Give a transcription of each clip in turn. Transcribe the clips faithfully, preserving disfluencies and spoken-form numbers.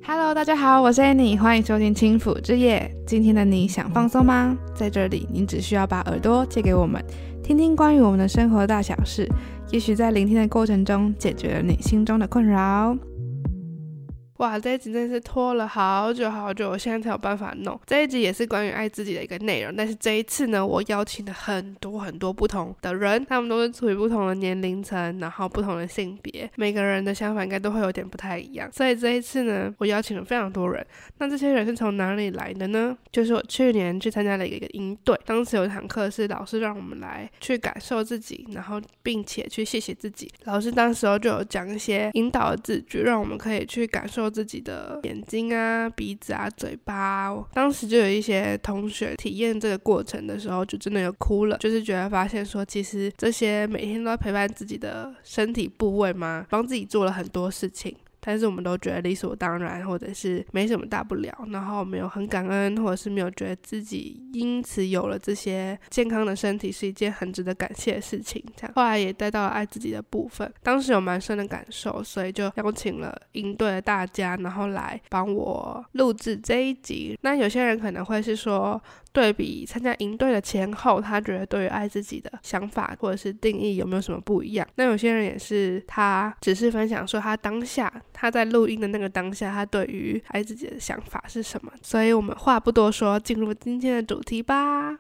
Hello， 大家好，我是 Annie， 欢迎收听轻抚之夜。今天的你想放松吗？在这里，你只需要把耳朵借给我们，听听关于我们的生活大小事，也许在聆听的过程中，解决了你心中的困扰。哇，这一集真的是拖了好久好久，我现在才有办法弄。这一集也是关于爱自己的一个内容，但是这一次呢，我邀请了很多很多不同的人，他们都是处于不同的年龄层，然后不同的性别，每个人的想法应该都会有点不太一样。所以这一次呢，我邀请了非常多人。那这些人是从哪里来的呢？就是我去年去参加了一个营队，当时有一堂课是老师让我们来去感受自己，然后并且去谢谢自己。老师当时就有讲一些引导的字句，让我们可以去感受自己的眼睛啊、鼻子啊、嘴巴啊。当时就有一些同学体验这个过程的时候，就真的有哭了，就是觉得发现说，其实这些每天都在陪伴自己的身体部位嘛，帮自己做了很多事情。但是我们都觉得理所当然，或者是没什么大不了，然后没有很感恩，或者是没有觉得自己因此有了这些健康的身体是一件很值得感谢的事情。这样后来也带到了爱自己的部分，当时有蛮深的感受，所以就邀请了营队的大家，然后来帮我录制这一集。那有些人可能会是说，对比参加营队的前后，他觉得对于爱自己的想法或者是定义有没有什么不一样。那有些人也是他只是分享说他当下他在录音的那个当下，他对于爱自己的想法是什么。所以我们话不多说，进入今天的主题吧。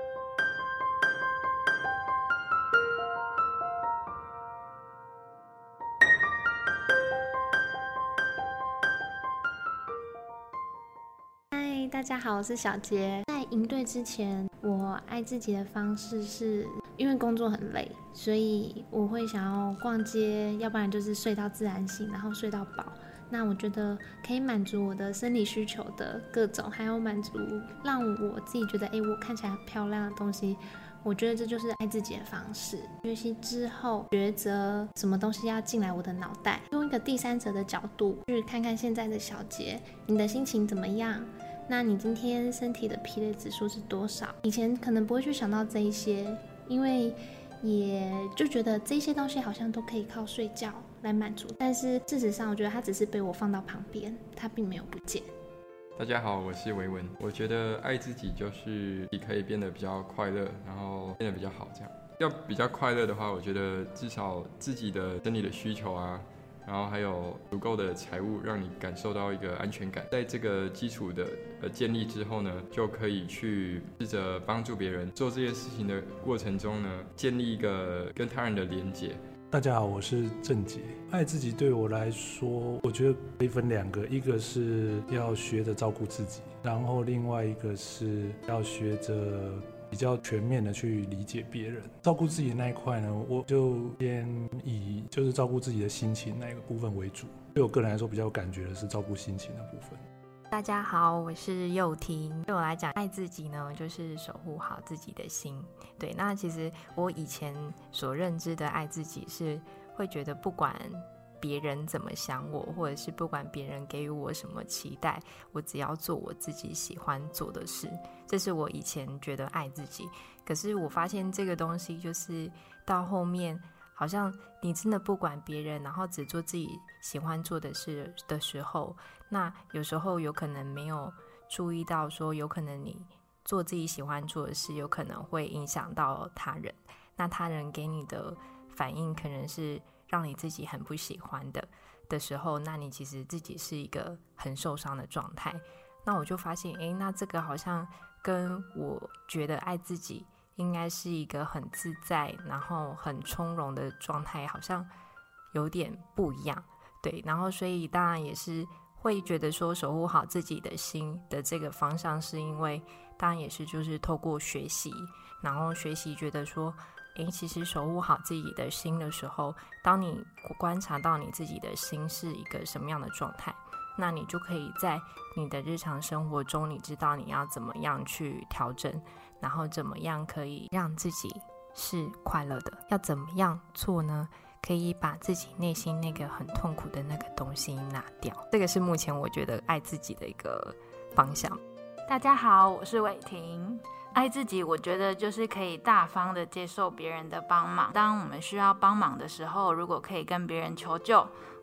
嗨，大家好，我是小杰。在营队之前，我爱自己的方式是因为工作很累，所以我会想要逛街，要不然就是睡到自然醒，然后睡到饱。那我觉得可以满足我的生理需求的各种，还有满足让我自己觉得哎，我看起来很漂亮的东西，我觉得这就是爱自己的方式。学习之后抉择什么东西要进来我的脑袋，用一个第三者的角度去看看现在的小杰，你的心情怎么样，那你今天身体的疲累指数是多少？以前可能不会去想到这一些，因为也就觉得这些东西好像都可以靠睡觉来满足，但是事实上我觉得它只是被我放到旁边，它并没有不见。 大家好，我是维文。我觉得爱自己就是你可以变得比较快乐，然后变得比较好。这样要比较快乐的话，我觉得至少自己的生理的需求啊，然后还有足够的财务让你感受到一个安全感。在这个基础的呃建立之后呢，就可以去试着帮助别人。做这些事情的过程中呢，建立一个跟他人的连结。 大家好，我是郑杰。爱自己对我来说，我觉得可以分两个，一个是要学着照顾自己，然后另外一个是要学着比较全面的去理解别人。照顾自己的那一块呢，我就先以就是照顾自己的心情那个部分为主。对我个人来说，比较有感觉的是照顾心情的部分。 大家好，我是幼婷。对我来讲，爱自己呢，就是守护好自己的心。对，那其实我以前所认知的爱自己是会觉得不管别人怎么想我，或者是不管别人给予我什么期待，我只要做我自己喜欢做的事，这是我以前觉得爱自己。可是我发现这个东西就是到后面好像你真的不管别人，然后只做自己喜欢做的事的时候，那有时候有可能没有注意到说，有可能你做自己喜欢做的事有可能会影响到他人，那他人给你的反应可能是让你自己很不喜欢的的时候，那你其实自己是一个很受伤的状态。那我就发现诶，那这个好像跟我觉得爱自己应该是一个很自在然后很从容的状态，好像有点不一样。对，然后所以当然也是会觉得说守护好自己的心的这个方向，是因为当然也是就是透过学习，然后学习觉得说诶，其实守护好自己的心的时候，当你观察到你自己的心是一个什么样的状态，那你就可以在你的日常生活中，你知道你要怎么样去调整，然后怎么样可以让自己是快乐的。要怎么样做呢？可以把自己内心那个很痛苦的那个东西拿掉，这个是目前我觉得爱自己的一个方向。 大家好，我是伟婷。爱自己我觉得就是可以大方的接受别人的帮忙，当我们需要帮忙的时候，如果可以跟别人求救，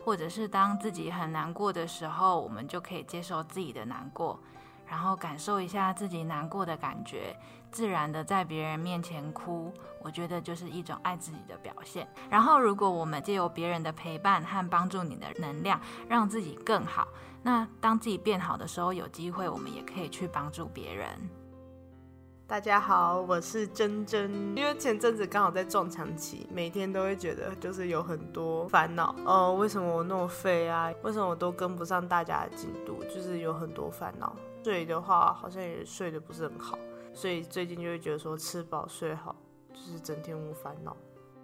或者是当自己很难过的时候，我们就可以接受自己的难过，然后感受一下自己难过的感觉，自然的在别人面前哭，我觉得就是一种爱自己的表现。然后如果我们藉由别人的陪伴和帮助你的能量让自己更好，那当自己变好的时候，有机会我们也可以去帮助别人。 大家好，我是珍珍。因为前阵子刚好在撞墙期，每天都会觉得就是有很多烦恼，呃，为什么我那么废啊？为什么我都跟不上大家的进度？就是有很多烦恼。睡的话好像也睡得不是很好，所以最近就会觉得说吃饱睡好，就是整天无烦恼。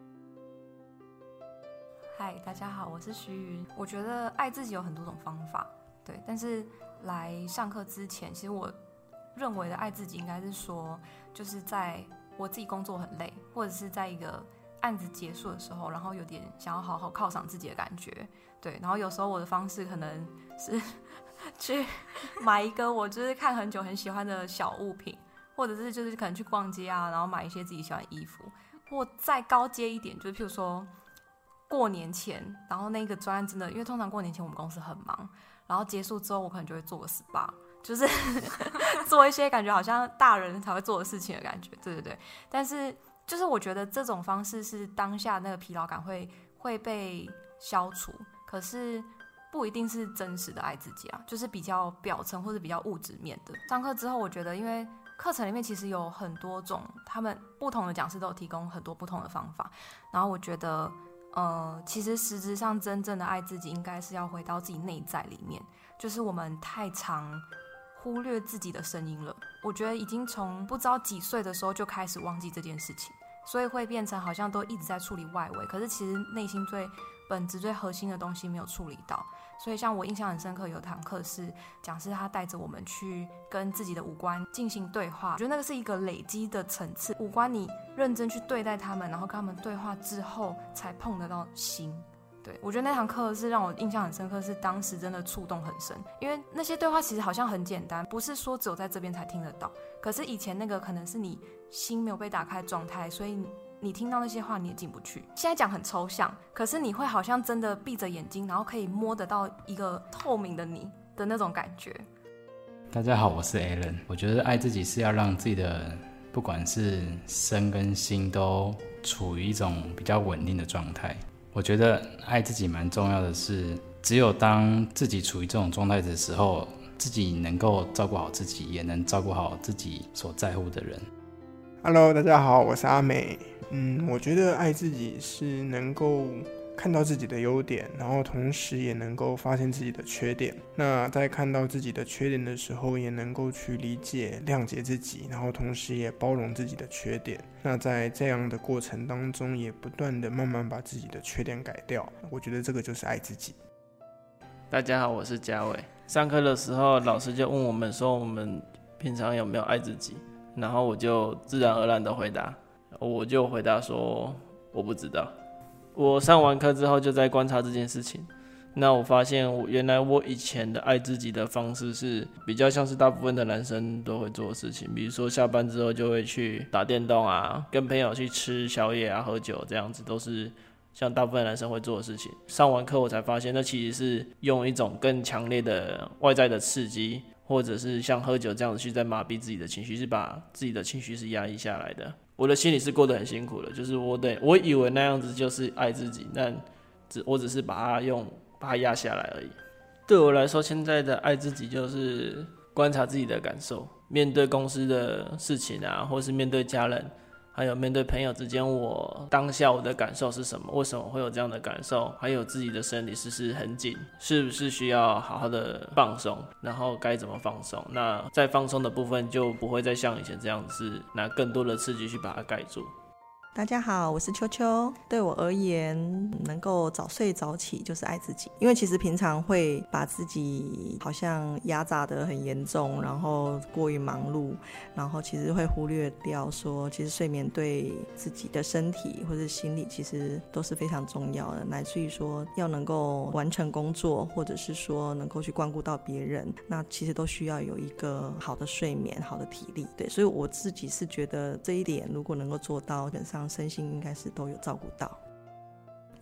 嗨，大家好，我是徐云。我觉得爱自己有很多种方法，对，但是来上课之前，其实我认为的爱自己应该是说，就是在我自己工作很累，或者是在一个案子结束的时候，然后有点想要好好犒赏自己的感觉，对。然后有时候我的方式可能是去买一个我就是看很久很喜欢的小物品，或者是就是可能去逛街啊，然后买一些自己喜欢的衣服，或再高阶一点，就是譬如说过年前，然后那个专案真的，因为通常过年前我们公司很忙，然后结束之后我可能就会做个 S P A。就是做一些感觉好像大人才会做的事情的感觉，对对对。但是就是我觉得这种方式是当下那个疲劳感会会被消除，可是不一定是真实的爱自己啊，就是比较表层或者比较物质面的。上课之后，我觉得因为课程里面其实有很多种，他们不同的讲师都有提供很多不同的方法，然后我觉得呃，其实实质上真正的爱自己应该是要回到自己内在里面，就是我们太常忽略自己的声音了。我觉得已经从不知道几岁的时候就开始忘记这件事情，所以会变成好像都一直在处理外围，可是其实内心最本质最核心的东西没有处理到。所以像我印象很深刻，有堂课是讲师他带着我们去跟自己的五官进行对话，我觉得那个是一个累积的层次，五官你认真去对待他们，然后跟他们对话之后才碰得到心。对，我觉得那堂课是让我印象很深刻，是当时真的触动很深，因为那些对话其实好像很简单，不是说只有在这边才听得到，可是以前那个可能是你心没有被打开的状态，所以你听到那些话你也进不去。现在讲很抽象，可是你会好像真的闭着眼睛，然后可以摸得到一个透明的你的那种感觉。 大家好，我是 Alan。 我觉得爱自己是要让自己的不管是身跟心都处于一种比较稳定的状态。我觉得爱自己蛮重要的是，只有当自己处于这种状态的时候，自己能够照顾好自己，也能照顾好自己所在乎的人。 Hello， 大家好，我是阿美。嗯，我觉得爱自己是能够看到自己的优点，然后同时也能够发现自己的缺点。那在看到自己的缺点的时候，也能够去理解、谅解自己，然后同时也包容自己的缺点。那在这样的过程当中，也不断的慢慢把自己的缺点改掉。我觉得这个就是爱自己。 大家好，我是嘉伟。上课的时候，老师就问我们说，我们平常有没有爱自己？然后我就自然而然的回答，我就回答说我不知道。我上完课之后就在观察这件事情，那我发现我原来我以前的爱自己的方式是比较像是大部分的男生都会做的事情，比如说下班之后就会去打电动啊，跟朋友去吃宵夜啊，喝酒，这样子都是像大部分男生会做的事情。上完课我才发现，那其实是用一种更强烈的外在的刺激，或者是像喝酒这样子去在麻痹自己的情绪，是把自己的情绪是压抑下来的。我的心里是过得很辛苦的，就是我得我以为那样子就是爱自己，但只我只是把它用把它压下来而已。对我来说，现在的爱自己就是观察自己的感受，面对公司的事情啊，或是面对家人，还有面对朋友之间，我当下我的感受是什么？为什么会有这样的感受？还有自己的身体是不是很紧？是不是需要好好的放松？然后该怎么放松？那在放松的部分就不会再像以前这样子，是拿更多的刺激去把它盖住。 大家好，我是秋秋。对我而言，能够早睡早起就是爱自己。因为其实平常会把自己好像压榨得很严重，然后过于忙碌，然后其实会忽略掉说，其实睡眠对自己的身体或者心理其实都是非常重要的，乃至于说要能够完成工作，或者是说能够去关顾到别人，那其实都需要有一个好的睡眠、好的体力。对，所以我自己是觉得这一点如果能够做到，基本上身心应该是都有照顾到。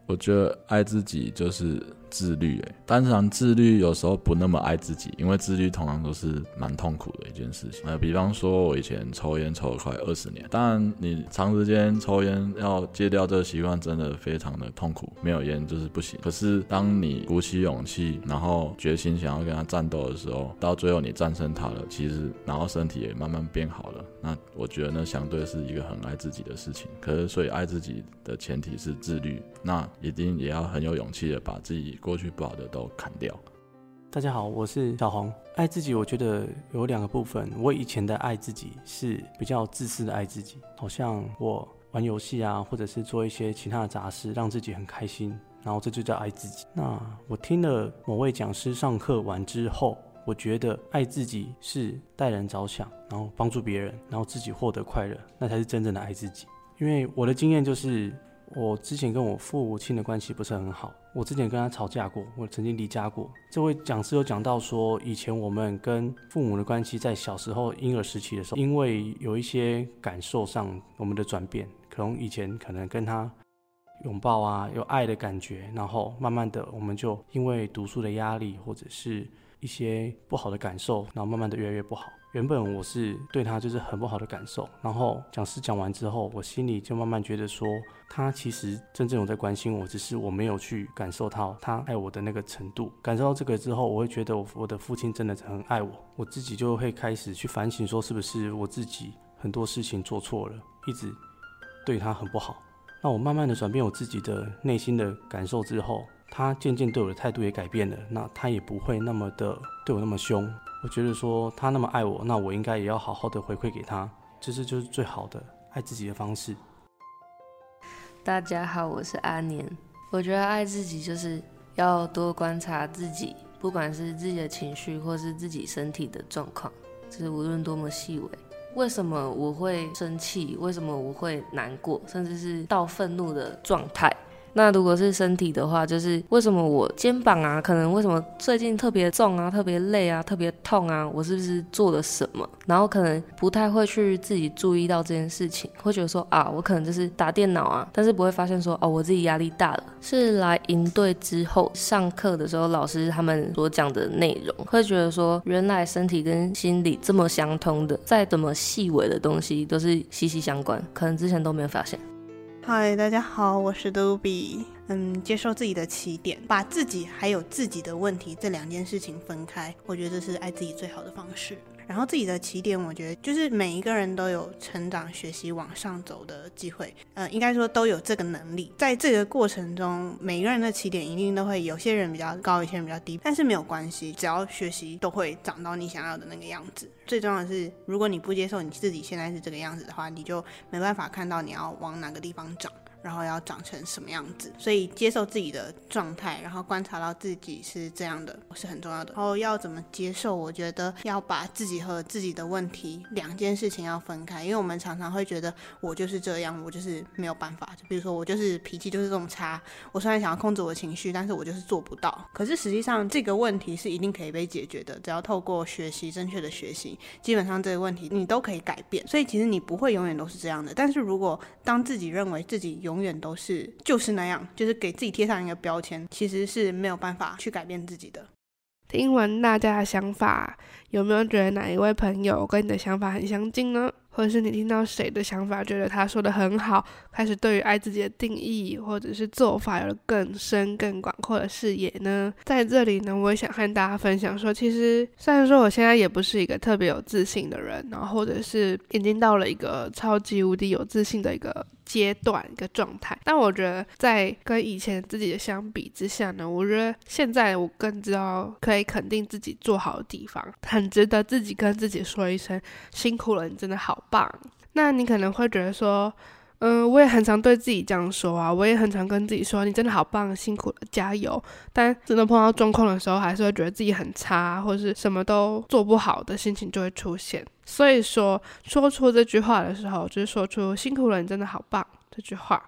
我觉得爱自己就是自律，哎，当然自律有时候不那么爱自己，因为自律通常都是蛮痛苦的一件事情。呃，比方说我以前抽烟抽了快二十年，当然你长时间抽烟要戒掉这个习惯真的非常的痛苦，没有烟就是不行。可是当你鼓起勇气，然后决心想要跟他战斗的时候，到最后你战胜他了，其实然后身体也慢慢变好了，那我觉得那相对是一个很爱自己的事情。可是所以爱自己的前提是自律，那一定也要很有勇气的把自己过去不好的都砍掉。 大家好，我是小红。爱自己我觉得有两个部分，我以前的爱自己是比较自私的爱自己，好像我玩游戏啊，或者是做一些其他的杂事让自己很开心，然后这就叫爱自己。那我听了某位讲师上课完之后，我觉得爱自己是待人着想，然后帮助别人，然后自己获得快乐，那才是真正的爱自己。因为我的经验就是我之前跟我父亲的关系不是很好，我之前跟他吵架过，我曾经离家过。这位讲师有讲到说，以前我们跟父母的关系在小时候婴儿时期的时候，因为有一些感受上我们的转变，可能以前可能跟他拥抱啊，有爱的感觉，然后慢慢的我们就因为读书的压力或者是一些不好的感受，然后慢慢的越来越不好。原本我是对他就是很不好的感受，然后讲师讲完之后，我心里就慢慢觉得说，他其实真正有在关心我，只是我没有去感受到他爱我的那个程度。感受到这个之后，我会觉得我我的父亲真的很爱我，我自己就会开始去反省说，是不是我自己很多事情做错了，一直对他很不好。那我慢慢的转变我自己的内心的感受之后，他渐渐对我的态度也改变了，那他也不会那么的对我那么凶。我觉得说他那么爱我，那我应该也要好好的回馈给他，这是就是最好的爱自己的方式。 大家好，我是阿年。我觉得爱自己就是要多观察自己，不管是自己的情绪或是自己身体的状况，就是无论多么细微。为什么我会生气？为什么我会难过？甚至是到愤怒的状态？那如果是身体的话，就是为什么我肩膀啊，可能为什么最近特别重啊，特别累啊，特别痛啊，我是不是做了什么？然后可能不太会去自己注意到这件事情，会觉得说啊，我可能就是打电脑啊，但是不会发现说哦，我自己压力大了。是来营队之后上课的时候，老师他们所讲的内容，会觉得说原来身体跟心理这么相通的，再怎么细微的东西都是息息相关，可能之前都没有发现。 嗨，大家好，我是 Dubi。嗯，接受自己的起点，把自己还有自己的问题这两件事情分开，我觉得这是爱自己最好的方式。然后自己的起点，我觉得就是每一个人都有成长、学习、往上走的机会，呃，应该说都有这个能力。在这个过程中，每个人的起点一定都会有些人比较高，有些人比较低，但是没有关系，只要学习都会长到你想要的那个样子。最重要的是，如果你不接受你自己现在是这个样子的话，你就没办法看到你要往哪个地方长，然后要长成什么样子。所以接受自己的状态，然后观察到自己是这样的是很重要的。然后要怎么接受，我觉得要把自己和自己的问题两件事情要分开。因为我们常常会觉得我就是这样，我就是没有办法，就比如说我就是脾气就是这么差，我虽然想要控制我的情绪，但是我就是做不到。可是实际上这个问题是一定可以被解决的，只要透过学习，正确的学习，基本上这个问题你都可以改变。所以其实你不会永远都是这样的，但是如果当自己认为自己永远都是就是那样，就是给自己贴上一个标签，其实是没有办法去改变自己的。 听完大家的想法，有没有觉得哪一位朋友跟你的想法很相近呢？或者是你听到谁的想法觉得他说的很好，开始对于爱自己的定义或者是做法有了更深更广阔的视野呢？在这里呢，我也想和大家分享说，其实虽然说我现在也不是一个特别有自信的人，然后或者是已经到了一个超级无敌有自信的一个阶段一个状态，但我觉得在跟以前自己的相比之下呢，我觉得现在我更知道可以肯定自己做好的地方，很值得自己跟自己说一声辛苦了，你真的好棒。那你可能会觉得说嗯，我也很常对自己这样说啊，我也很常跟自己说你真的好棒，辛苦了，加油。但真的碰到状况的时候，还是会觉得自己很差，或是什么都做不好的心情就会出现。所以说说出这句话的时候，就是说出辛苦了，你真的好棒这句话，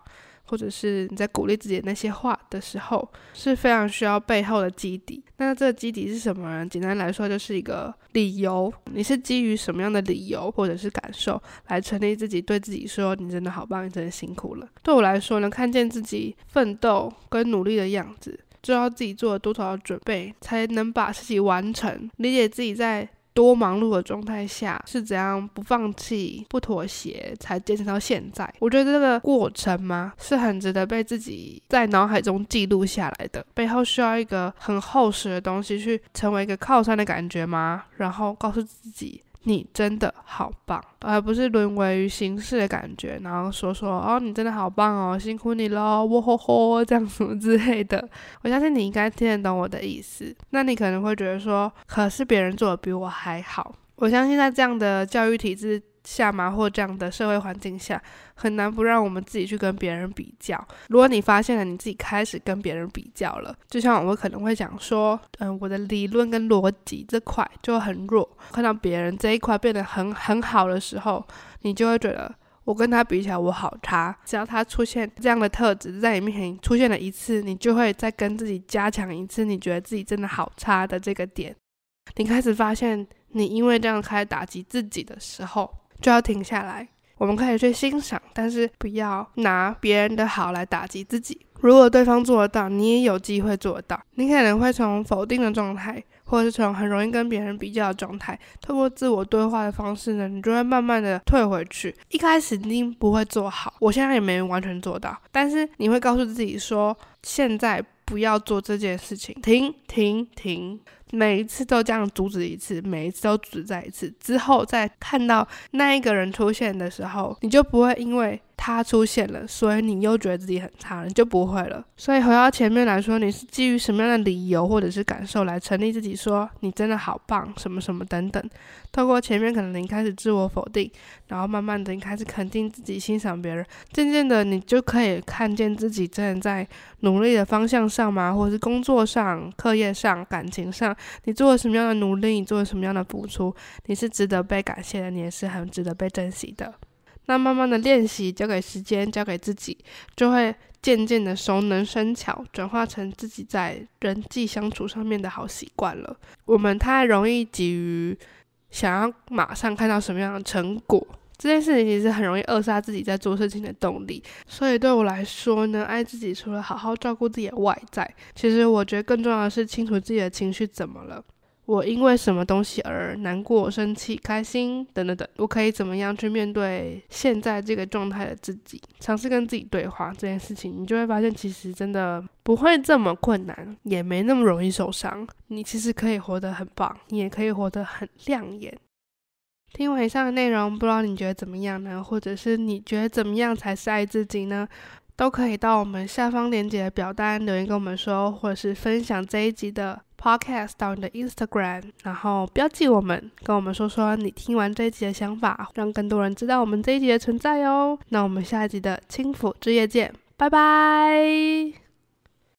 或者是你在鼓励自己的那些话的时候，是非常需要背后的基底。那这个基底是什么呢？简单来说就是一个理由，你是基于什么样的理由或者是感受来成立自己对自己说你真的好棒，你真的辛苦了。对我来说呢，看见自己奋斗跟努力的样子，知道自己做了多少的准备才能把事情完成，理解自己在多忙碌的状态下是怎样不放弃不妥协才坚持到现在。我觉得这个过程嘛是很值得被自己在脑海中记录下来的，背后需要一个很厚实的东西去成为一个靠山的感觉吗？然后告诉自己你真的好棒，而不是沦为于形式的感觉，然后说说哦你真的好棒哦，辛苦你咯，喔吼吼这样什么之类的。我相信你应该听得懂我的意思。那你可能会觉得说，可是别人做的比我还好。我相信在这样的教育体制下嘛，或这样的社会环境下，很难不让我们自己去跟别人比较。如果你发现了你自己开始跟别人比较了，就像我可能会讲说嗯，我的理论跟逻辑这块就很弱，看到别人这一块变得很很好的时候，你就会觉得我跟他比起来我好差。只要他出现这样的特质在你面前出现了一次，你就会再跟自己加强一次你觉得自己真的好差的这个点。你开始发现你因为这样开始打击自己的时候，就要停下来。我们可以去欣赏，但是不要拿别人的好来打击自己。如果对方做得到，你也有机会做得到。你可能会从否定的状态，或者是从很容易跟别人比较的状态，透过自我对话的方式呢，你就会慢慢的退回去。一开始一定不会做好，我现在也没完全做到，但是你会告诉自己说，现在不要做这件事情，停停停，每一次都这样阻止一次，每一次都阻止再一次，之后再看到那一个人出现的时候，你就不会因为他出现了所以你又觉得自己很差了，你就不会了。所以回到前面来说，你是基于什么样的理由或者是感受来成立自己说你真的好棒什么什么等等。透过前面可能你开始自我否定，然后慢慢的你开始肯定自己，欣赏别人，渐渐的你就可以看见自己真的在努力的方向上嘛，或者是工作上、课业上、感情上，你做了什么样的努力，你做了什么样的付出，你是值得被感谢的，你也是很值得被珍惜的。那慢慢的练习，交给时间，交给自己，就会渐渐的熟能生巧，转化成自己在人际相处上面的好习惯了。我们太容易急于想要马上看到什么样的成果，这件事情其实很容易扼杀自己在做事情的动力。所以对我来说呢，爱自己除了好好照顾自己的外在，其实我觉得更重要的是清楚自己的情绪怎么了，我因为什么东西而难过、生气、开心等等等，我可以怎么样去面对现在这个状态的自己，尝试跟自己对话这件事情，你就会发现其实真的不会这么困难，也没那么容易受伤。你其实可以活得很棒，你也可以活得很亮眼。听完以上的内容，不知道你觉得怎么样呢？或者是你觉得怎么样才是爱自己呢？都可以到我们下方连结的表单留言跟我们说，或者是分享这一集的 podcast 到你的 Instagram， 然后标记我们，跟我们说说你听完这一集的想法，让更多人知道我们这一集的存在哦。那我们下一集的轻抚之夜见，拜拜。